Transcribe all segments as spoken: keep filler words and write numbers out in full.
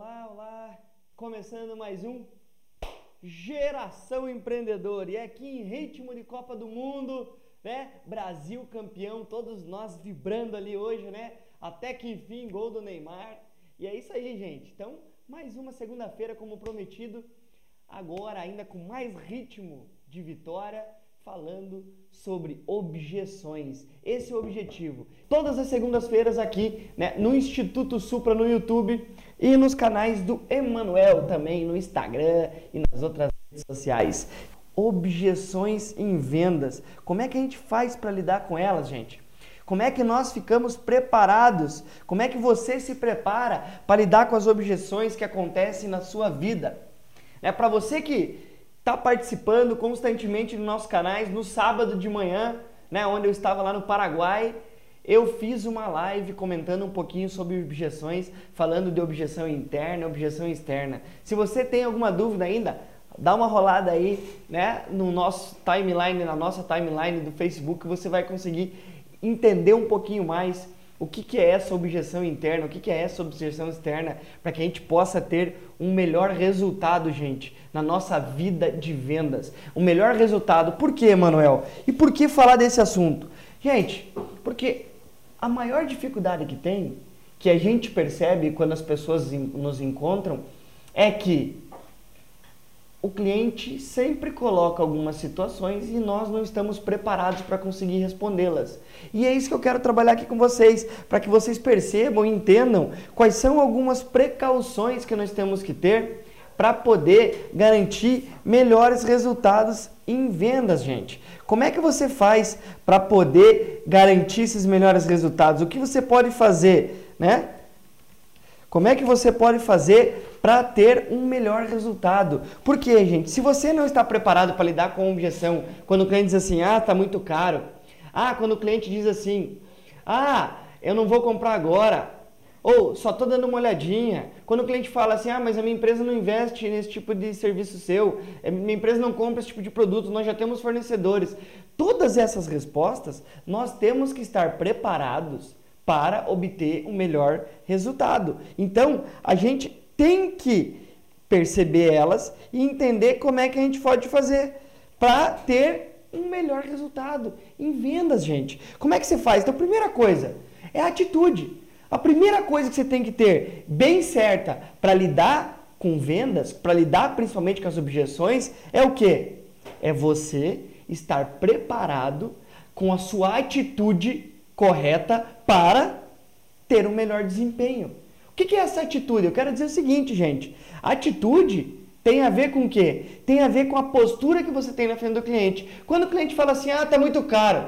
Olá, olá! Começando mais um Geração Empreendedor e aqui em ritmo de Copa do Mundo, né? Brasil campeão, todos nós vibrando ali hoje, né? Até que enfim, gol do Neymar. E é isso aí, gente. Então, mais uma segunda-feira como prometido, agora ainda com mais ritmo de vitória, falando sobre objeções. Esse é o objetivo. Todas as segundas-feiras aqui, né, no Instituto Supra no YouTube e nos canais do Emanuel também no Instagram e nas outras redes sociais. Objeções em vendas. Como é que a gente faz para lidar com elas, gente? Como é que nós ficamos preparados? Como é que você se prepara para lidar com as objeções que acontecem na sua vida? É para você que está participando constantemente nos nossos canais, no sábado de manhã, né, onde eu estava lá no Paraguai, eu fiz uma live comentando um pouquinho sobre objeções, falando de objeção interna, objeção externa. Se você tem alguma dúvida ainda, dá uma rolada aí, né, no nosso timeline, na nossa timeline do Facebook, você vai conseguir entender um pouquinho mais o que, que é essa objeção interna, o que, que é essa objeção externa, para que a gente possa ter um melhor resultado, gente, na nossa vida de vendas. Um melhor resultado. Por quê, Manuel? E por que falar desse assunto? Gente, porque a maior dificuldade que tem, que a gente percebe quando as pessoas nos encontram, é que o cliente sempre coloca algumas situações e nós não estamos preparados para conseguir respondê-las. E é isso que eu quero trabalhar aqui com vocês, para que vocês percebam e entendam quais são algumas precauções que nós temos que ter para poder garantir melhores resultados em vendas, gente. Como é que você faz para poder garantir esses melhores resultados? O que você pode fazer, né? Como é que você pode fazer para ter um melhor resultado? Porque, gente, se você não está preparado para lidar com a objeção, quando o cliente diz assim, ah, está muito caro. Ah, quando o cliente diz assim, ah, eu não vou comprar agora. Ou, só estou dando uma olhadinha. Quando o cliente fala assim, ah, mas a minha empresa não investe nesse tipo de serviço seu. Minha empresa não compra esse tipo de produto, nós já temos fornecedores. Todas essas respostas, nós temos que estar preparados para obter um melhor resultado. Então, a gente tem que perceber elas e entender como é que a gente pode fazer para ter um melhor resultado em vendas, gente. Como é que você faz? Então, a primeira coisa é a atitude. A primeira coisa que você tem que ter bem certa para lidar com vendas, para lidar principalmente com as objeções, é o quê? É você estar preparado com a sua atitude correta para ter um melhor desempenho. O que é essa atitude? Eu quero dizer o seguinte, gente. A atitude tem a ver com o quê? Tem a ver com a postura que você tem na frente do cliente. Quando o cliente fala assim, ah, tá muito caro.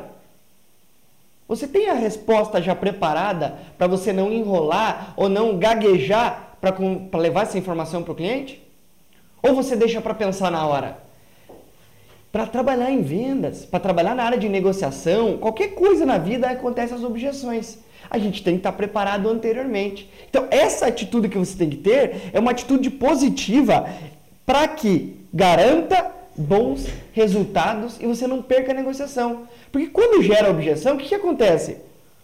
Você tem a resposta já preparada para você não enrolar ou não gaguejar para levar essa informação para o cliente? Ou você deixa para pensar na hora? Para trabalhar em vendas, para trabalhar na área de negociação, qualquer coisa na vida acontece as objeções. A gente tem que estar preparado anteriormente. Então, essa atitude que você tem que ter é uma atitude positiva para que garanta bons resultados e você não perca a negociação. Porque quando gera objeção, o que, que acontece?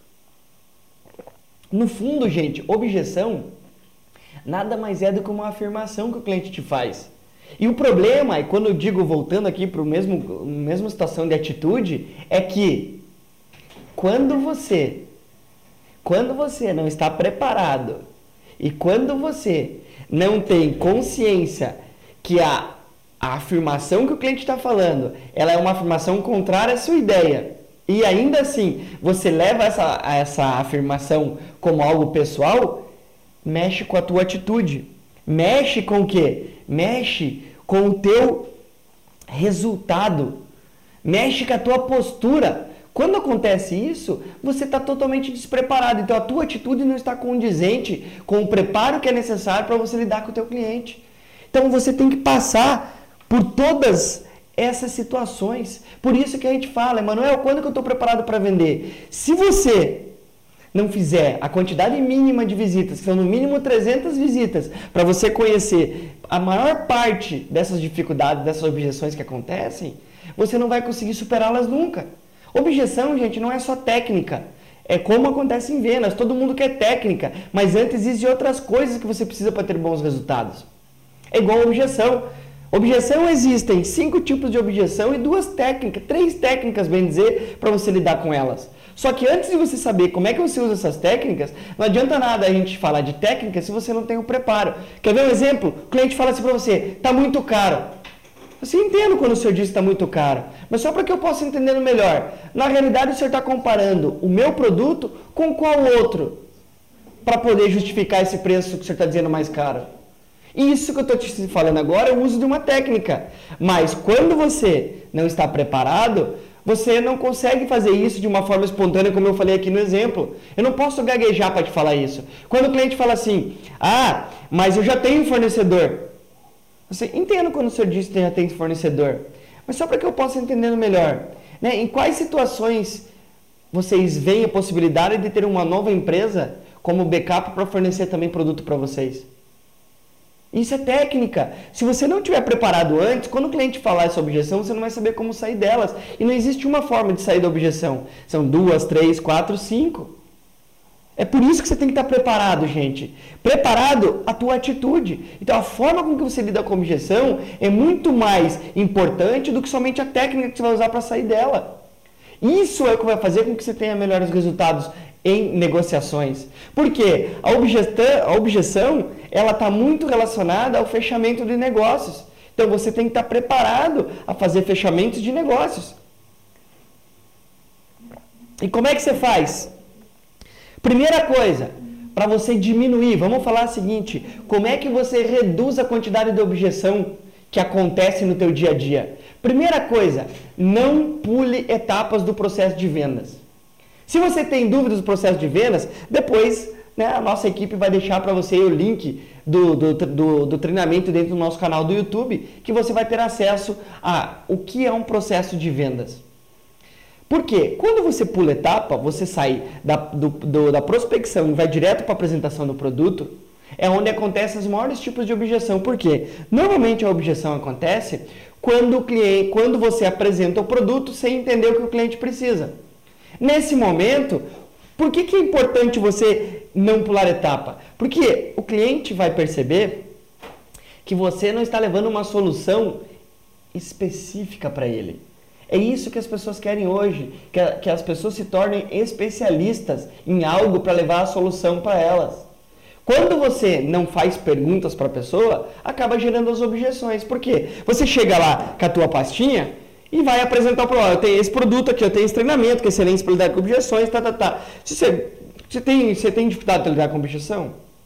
No fundo, gente, objeção nada mais é do que uma afirmação que o cliente te faz. E o problema, e quando eu digo, voltando aqui para a mesmo, mesma situação de atitude, é que quando você, quando você não está preparado e quando você não tem consciência que a, a afirmação que o cliente está falando, ela é uma afirmação contrária à sua ideia, e ainda assim você leva essa, essa afirmação como algo pessoal, mexe com a tua atitude. Mexe com o quê? Mexe com o teu resultado. Mexe com a tua postura. Quando acontece isso, você está totalmente despreparado. Então, a tua atitude não está condizente com o preparo que é necessário para você lidar com o teu cliente. Então, você tem que passar por todas essas situações. Por isso que a gente fala, Emanuel, quando que eu estou preparado para vender? Se você não fizer a quantidade mínima de visitas, que são no mínimo trezentas visitas, para você conhecer a maior parte dessas dificuldades, dessas objeções que acontecem, você não vai conseguir superá-las nunca. Objeção, gente, não é só técnica. É como acontece em vendas, todo mundo quer técnica, mas antes existem outras coisas que você precisa para ter bons resultados. É igual a objeção. Objeção, existem cinco tipos de objeção e duas técnicas, três técnicas, bem dizer, para você lidar com elas. Só que antes de você saber como é que você usa essas técnicas, não adianta nada a gente falar de técnica se você não tem o preparo. Quer ver um exemplo? O cliente fala assim para você, está muito caro. Você entende quando o senhor diz que está muito caro, mas só para que eu possa entender melhor. Na realidade, o senhor está comparando o meu produto com qual outro? Para poder justificar esse preço que o senhor está dizendo mais caro. Isso que eu estou te falando agora é o uso de uma técnica. Mas quando você não está preparado, você não consegue fazer isso de uma forma espontânea, como eu falei aqui no exemplo. Eu não posso gaguejar para te falar isso. Quando o cliente fala assim, ah, mas eu já tenho um fornecedor. Você entende quando o senhor diz que já tem fornecedor. Mas só para que eu possa entender melhor. Né? Em quais situações vocês veem a possibilidade de ter uma nova empresa como backup para fornecer também produto para vocês? Isso é técnica. Se você não estiver preparado antes, quando o cliente falar essa objeção, você não vai saber como sair delas. E não existe uma forma de sair da objeção. São duas, três, quatro, cinco. É por isso que você tem que estar preparado, gente. Preparado a tua atitude. Então, a forma com que você lida com a objeção é muito mais importante do que somente a técnica que você vai usar para sair dela. Isso é o que vai fazer com que você tenha melhores resultados em negociações. Por quê? A objeção, a objeção ela está muito relacionada ao fechamento de negócios. Então, você tem que estar preparado a fazer fechamentos de negócios. E como é que você faz? Primeira coisa, para você diminuir, vamos falar o seguinte, como é que você reduz a quantidade de objeção que acontece no teu dia a dia? Primeira coisa, não pule etapas do processo de vendas. Se você tem dúvidas do processo de vendas, depois, né, a nossa equipe vai deixar para você o link do, do, do, do treinamento dentro do nosso canal do YouTube, que você vai ter acesso a o que é um processo de vendas. Por quê? Quando você pula etapa, você sai da, do, do, da prospecção e vai direto para a apresentação do produto, é onde acontecem os maiores tipos de objeção. Por quê? Normalmente a objeção acontece quando, o cliente, quando você apresenta o produto sem entender o que o cliente precisa. Nesse momento, por que, que é importante você não pular etapa? Porque o cliente vai perceber que você não está levando uma solução específica para ele. É isso que as pessoas querem hoje, que, a, que as pessoas se tornem especialistas em algo para levar a solução para elas. Quando você não faz perguntas para a pessoa, acaba gerando as objeções. Por quê? Você chega lá com a tua pastinha e vai apresentar para ela, eu tenho esse produto aqui, eu tenho esse treinamento, que é excelência para lidar com objeções, tá, tá, tá. Se você, você, tem, você tem dificuldade de lidar com objeção?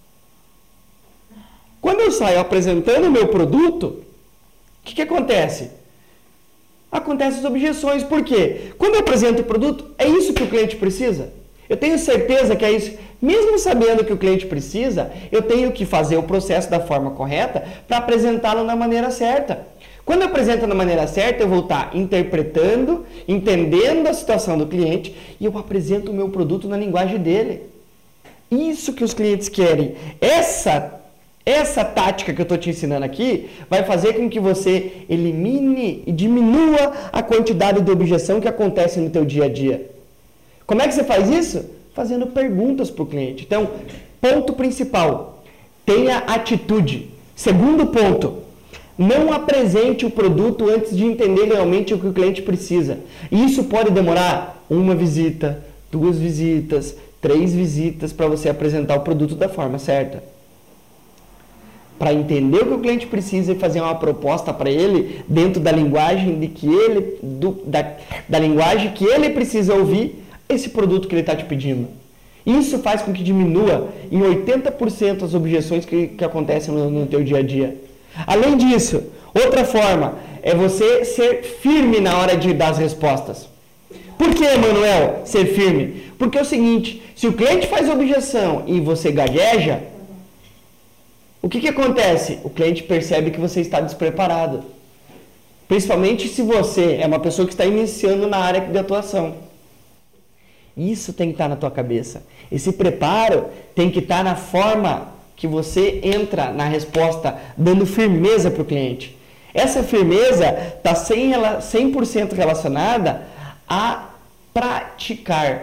Quando eu saio apresentando o meu produto, o que, que acontece? Acontecem as objeções. Por quê? Quando eu apresento o produto, é isso que o cliente precisa? Eu tenho certeza que é isso. Mesmo sabendo que o cliente precisa, eu tenho que fazer o processo da forma correta para apresentá-lo da maneira certa. Quando eu apresento da maneira certa, eu vou estar interpretando, entendendo a situação do cliente e eu apresento o meu produto na linguagem dele. Isso que os clientes querem. Essa Essa tática que eu estou te ensinando aqui vai fazer com que você elimine e diminua a quantidade de objeção que acontece no teu dia a dia. Como é que você faz isso? Fazendo perguntas para o cliente. Então, ponto principal, tenha atitude. Segundo ponto, não apresente o produto antes de entender realmente o que o cliente precisa. E isso pode demorar uma visita, duas visitas, três visitas para você apresentar o produto da forma certa. Para entender o que o cliente precisa e fazer uma proposta para ele dentro da linguagem de que ele do, da, da linguagem que ele precisa ouvir esse produto que ele está te pedindo. Isso faz com que diminua em oitenta por cento as objeções que, que acontecem no, no teu dia a dia. Além disso, outra forma é você ser firme na hora de dar as respostas. Por que, Manuel, ser firme? Porque é o seguinte, se o cliente faz objeção e você gagueja, o que, que acontece? O cliente percebe que você está despreparado. Principalmente se você é uma pessoa que está iniciando na área de atuação. Isso tem que estar na tua cabeça. Esse preparo tem que estar na forma que você entra na resposta, dando firmeza para o cliente. Essa firmeza está cem por cento relacionada a praticar,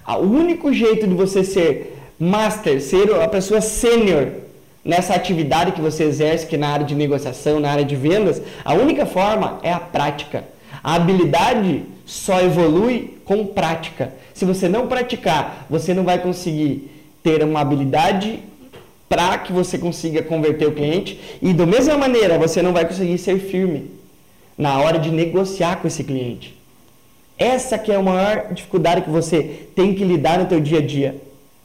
O único jeito de você ser master, ser a pessoa sênior nessa atividade que você exerce, que é na área de negociação, na área de vendas, a única forma é a prática. A habilidade só evolui com prática. Se você não praticar, você não vai conseguir ter uma habilidade para que você consiga converter o cliente e, da mesma maneira, você não vai conseguir ser firme na hora de negociar com esse cliente. Essa que é a maior dificuldade que você tem que lidar no teu dia a dia.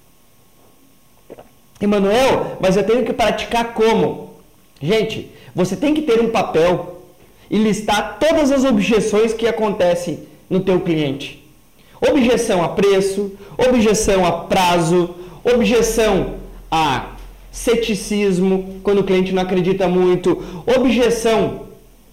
Emanuel, mas eu tenho que praticar como? Gente, você tem que ter um papel e listar todas as objeções que acontecem no teu cliente. Objeção a preço, objeção a prazo, objeção a ceticismo, quando o cliente não acredita muito, objeção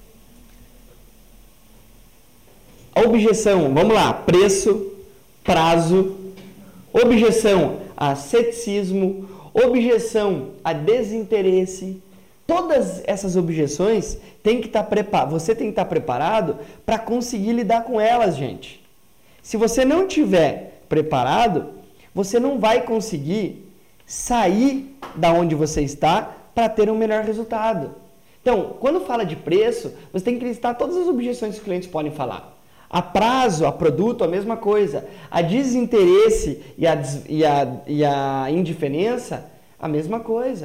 a objeção, vamos lá, preço, prazo, objeção a ceticismo, objeção a desinteresse. Todas essas objeções tem que estar preparado, você tem que estar preparado para conseguir lidar com elas, gente. Se você não tiver preparado, você não vai conseguir sair da onde você está para ter um melhor resultado. Então, quando fala de preço, você tem que listar todas as objeções que os clientes podem falar. A prazo, a produto, a mesma coisa. A desinteresse e a, e a, e a indiferença, a mesma coisa.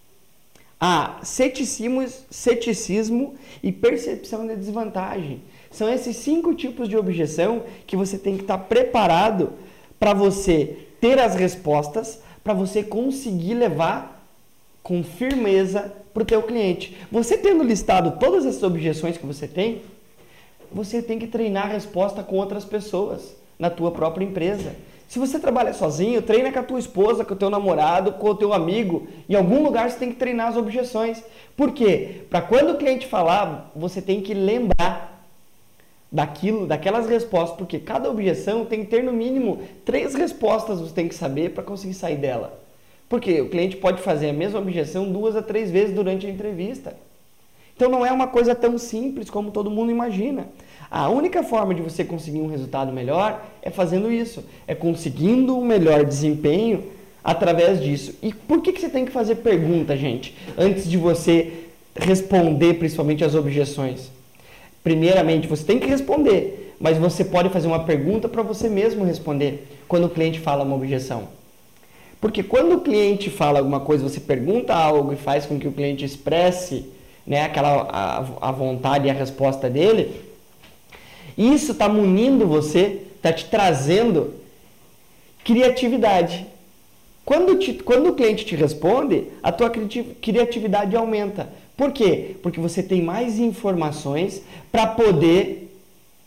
A ceticismo, ceticismo e percepção de desvantagem. São esses cinco tipos de objeção que você tem que estar preparado para você ter as respostas, para você conseguir levar com firmeza para o teu cliente. Você tendo listado todas essas objeções que você tem, você tem que treinar a resposta com outras pessoas na tua própria empresa. Se você trabalha sozinho, treina com a tua esposa, com o teu namorado, com o teu amigo. Em algum lugar você tem que treinar as objeções. Por quê? Para quando o cliente falar, você tem que lembrar daquilo, daquelas respostas, porque cada objeção tem que ter no mínimo três respostas, você tem que saber para conseguir sair dela. Porque o cliente pode fazer a mesma objeção duas a três vezes durante a entrevista. Então não é uma coisa tão simples como todo mundo imagina. A única forma de você conseguir um resultado melhor é fazendo isso, é conseguindo um melhor desempenho através disso. E por que que você tem que fazer pergunta, gente, antes de você responder principalmente as objeções? Primeiramente, você tem que responder, mas você pode fazer uma pergunta para você mesmo responder quando o cliente fala uma objeção. Porque quando o cliente fala alguma coisa, você pergunta algo e faz com que o cliente expresse, né, aquela, a, a vontade e a resposta dele, isso está munindo você, está te trazendo criatividade. Quando, te, quando o cliente te responde, a tua criatividade aumenta. Por quê? Porque você tem mais informações para poder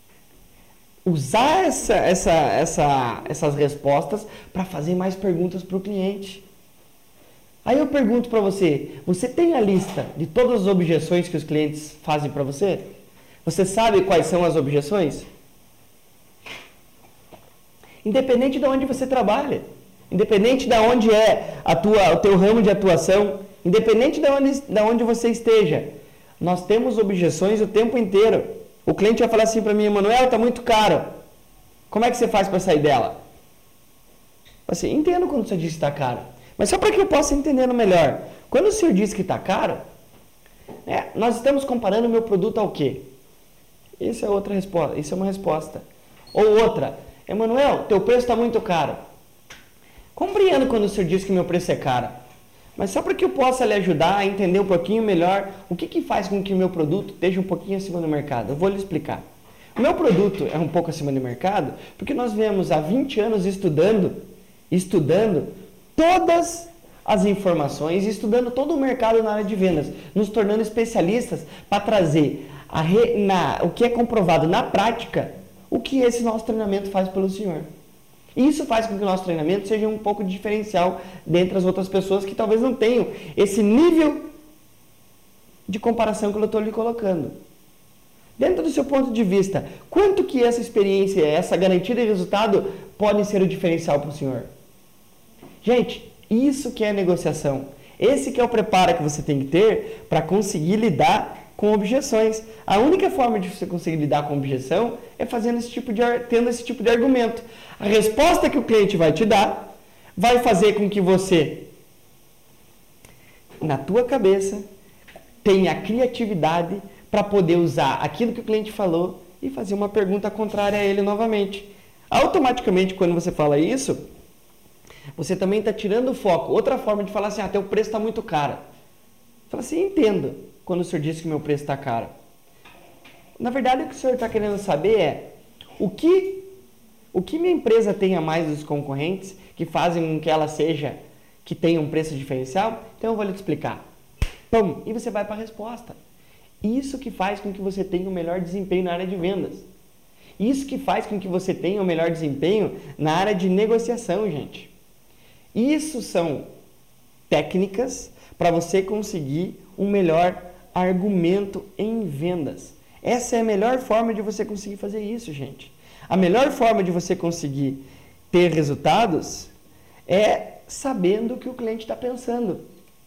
usar essa, essa, essa, essas respostas para fazer mais perguntas para o cliente. Aí eu pergunto para você, você tem a lista de todas as objeções que os clientes fazem para você? Você sabe quais são as objeções? Independente de onde você trabalha, independente de onde é a tua, o teu ramo de atuação, independente de onde, de onde você esteja, nós temos objeções o tempo inteiro. O cliente vai falar assim para mim, Emanuel, está muito caro. Como é que você faz para sair dela? Assim, entendo quando você diz que está caro. Mas só para que eu possa entender melhor. Quando o senhor diz que está caro, é, nós estamos comparando o meu produto ao quê? Isso é outra resposta. Isso é uma resposta. Ou outra, Emanuel, teu preço está muito caro. Compreendo quando o senhor diz que meu preço é caro. Mas só para que eu possa lhe ajudar a entender um pouquinho melhor o que, que faz com que o meu produto esteja um pouquinho acima do mercado. Eu vou lhe explicar. O meu produto é um pouco acima do mercado porque nós viemos há vinte anos estudando, estudando todas as informações, estudando todo o mercado na área de vendas, nos tornando especialistas para trazer a re, na, o que é comprovado na prática, o que esse nosso treinamento faz pelo senhor. E isso faz com que o nosso treinamento seja um pouco de diferencial dentre as outras pessoas que talvez não tenham esse nível de comparação que eu estou lhe colocando. Dentro do seu ponto de vista, quanto que essa experiência, essa garantia de resultado pode ser o diferencial para o senhor? Gente, isso que é negociação. Esse que é o preparo que você tem que ter para conseguir lidar com objeções. A única forma de você conseguir lidar com objeção é fazendo esse tipo de, tendo esse tipo de argumento. A resposta que o cliente vai te dar vai fazer com que você, na tua cabeça, tenha a criatividade para poder usar aquilo que o cliente falou e fazer uma pergunta contrária a ele novamente. Automaticamente, quando você fala isso, você também está tirando o foco. Outra forma de falar assim, ah, teu preço está muito caro. Fala assim, entendo quando o senhor disse que meu preço está caro. Na verdade, o que o senhor está querendo saber é o que, o que minha empresa tem a mais dos concorrentes que fazem com que ela seja, que tenha um preço diferencial? Então eu vou lhe explicar. Pum, e você vai para a resposta. Isso que faz com que você tenha o melhor desempenho na área de vendas. Isso que faz com que você tenha o melhor desempenho na área de negociação, gente. Isso são técnicas para você conseguir um melhor argumento em vendas. Essa é a melhor forma de você conseguir fazer isso, gente. A melhor forma de você conseguir ter resultados é sabendo o que o cliente está pensando.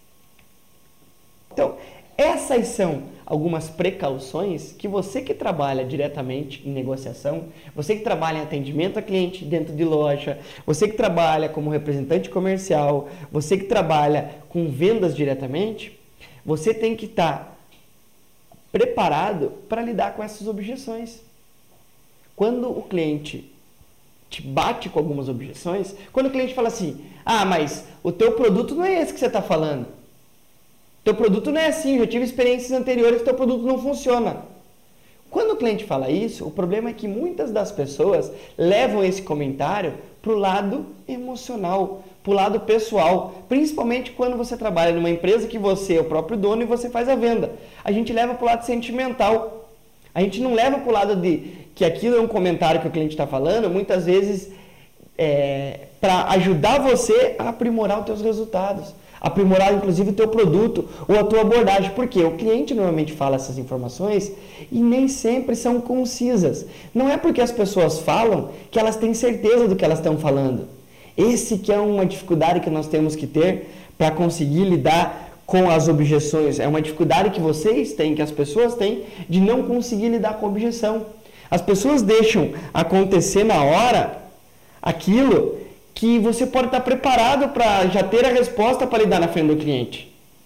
Então, essas são algumas precauções que você que trabalha diretamente em negociação, você que trabalha em atendimento a cliente dentro de loja, você que trabalha como representante comercial, você que trabalha com vendas diretamente, você tem que estar preparado para lidar com essas objeções. Quando o cliente te bate com algumas objeções, quando o cliente fala assim, ah, mas o teu produto não é esse que você está falando. Teu produto não é assim, eu já tive experiências anteriores que teu produto não funciona. Quando o cliente fala isso, o problema é que muitas das pessoas levam esse comentário para o lado emocional, para o lado pessoal, principalmente quando você trabalha numa empresa que você é o próprio dono e você faz a venda. A gente leva para o lado sentimental. A gente não leva para o lado de que aquilo é um comentário que o cliente está falando, muitas vezes é, para ajudar você a aprimorar os teus resultados. Aprimorar, inclusive, o teu produto ou a tua abordagem. Por quê? O cliente normalmente fala essas informações e nem sempre são concisas. Não é porque as pessoas falam que elas têm certeza do que elas estão falando. Esse que é uma dificuldade que nós temos que ter para conseguir lidar com as objeções. É uma dificuldade que vocês têm, que as pessoas têm, de não conseguir lidar com a objeção. As pessoas deixam acontecer na hora aquilo que você pode estar preparado para já ter a resposta para lidar na frente do cliente.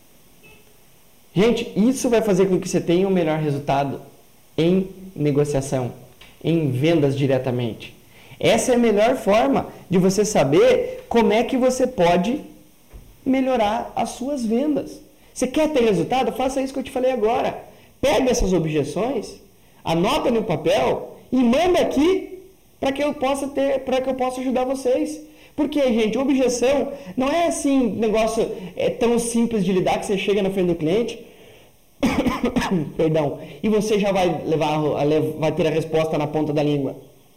Gente, isso vai fazer com que você tenha um melhor resultado em negociação, em vendas diretamente. Essa é a melhor forma de você saber como é que você pode melhorar as suas vendas. Você quer ter resultado? Faça isso que eu te falei agora. Pega essas objeções, anota no papel e manda aqui para que eu possa ter, para que eu possa ajudar vocês. Porque, gente, objeção não é assim, negócio é tão simples de lidar que você chega na frente do cliente, perdão, e você já vai levar, vai ter a resposta na ponta da língua.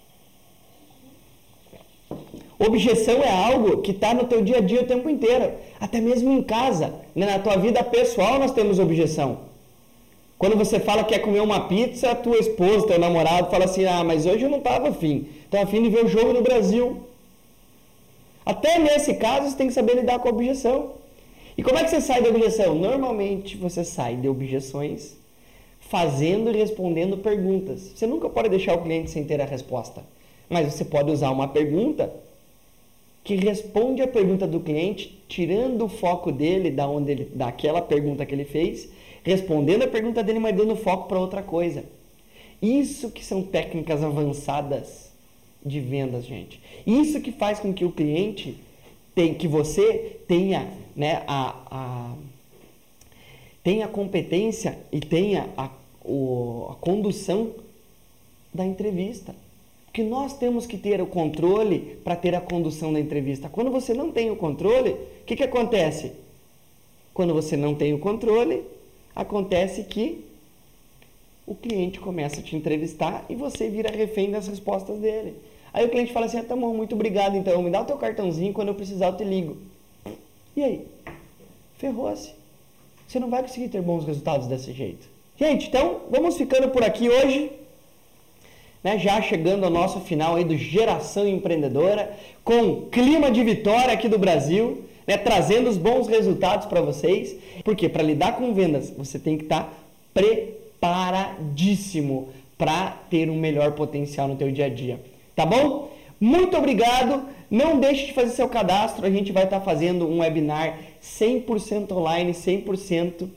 Objeção é algo que está no teu dia a dia o tempo inteiro, até mesmo em casa, né? Na tua vida pessoal nós temos objeção. Quando você fala que quer comer uma pizza, a tua esposa, teu namorado fala assim, ah, mas hoje eu não estava afim, estava afim de ver o jogo no Brasil. Até nesse caso, você tem que saber lidar com a objeção. E como é que você sai da objeção? Normalmente, você sai de objeções fazendo e respondendo perguntas. Você nunca pode deixar o cliente sem ter a resposta. Mas você pode usar uma pergunta que responde a pergunta do cliente, tirando o foco dele, da onde ele, daquela pergunta que ele fez, respondendo a pergunta dele, mas dando foco para outra coisa. Isso que são técnicas avançadas de vendas, gente. Isso que faz com que o cliente, tem, que você tenha, né, a, a, tenha a competência e tenha a, o, a condução da entrevista. Porque nós temos que ter o controle para ter a condução da entrevista. Quando você não tem o controle, o que, que acontece? Quando você não tem o controle, acontece que o cliente começa a te entrevistar e você vira refém das respostas dele. Aí o cliente fala assim, ah, tá bom, muito obrigado, então me dá o teu cartãozinho, quando eu precisar eu te ligo. E aí? Ferrou-se. Você não vai conseguir ter bons resultados desse jeito. Gente, então vamos ficando por aqui hoje, né, já chegando ao nosso final aí do Geração Empreendedora, com clima de vitória aqui do Brasil, né, trazendo os bons resultados para vocês, porque para lidar com vendas você tem que estar preparado. preparadíssimo para ter um melhor potencial no teu dia a dia, tá bom? Muito obrigado, não deixe de fazer seu cadastro, a gente vai estar fazendo um webinar cem por cento online, cem por cento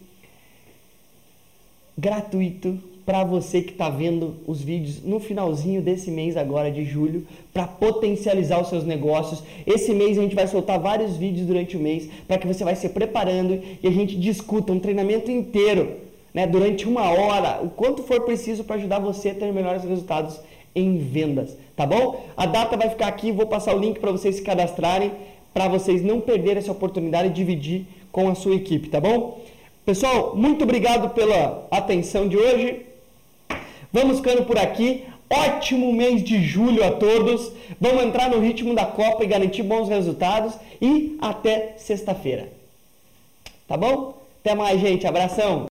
gratuito para você que está vendo os vídeos no finalzinho desse mês agora de julho, para potencializar os seus negócios. Esse mês a gente vai soltar vários vídeos durante o mês para que você vai se preparando e a gente discuta um treinamento inteiro, né, durante uma hora, o quanto for preciso para ajudar você a ter melhores resultados em vendas, tá bom? A data vai ficar aqui, vou passar o link para vocês se cadastrarem, para vocês não perderem essa oportunidade de dividir com a sua equipe, tá bom? Pessoal, muito obrigado pela atenção de hoje. Vamos ficando por aqui. Ótimo mês de julho a todos. Vamos entrar no ritmo da Copa e garantir bons resultados. E até sexta-feira. Tá bom? Até mais, gente. Abração.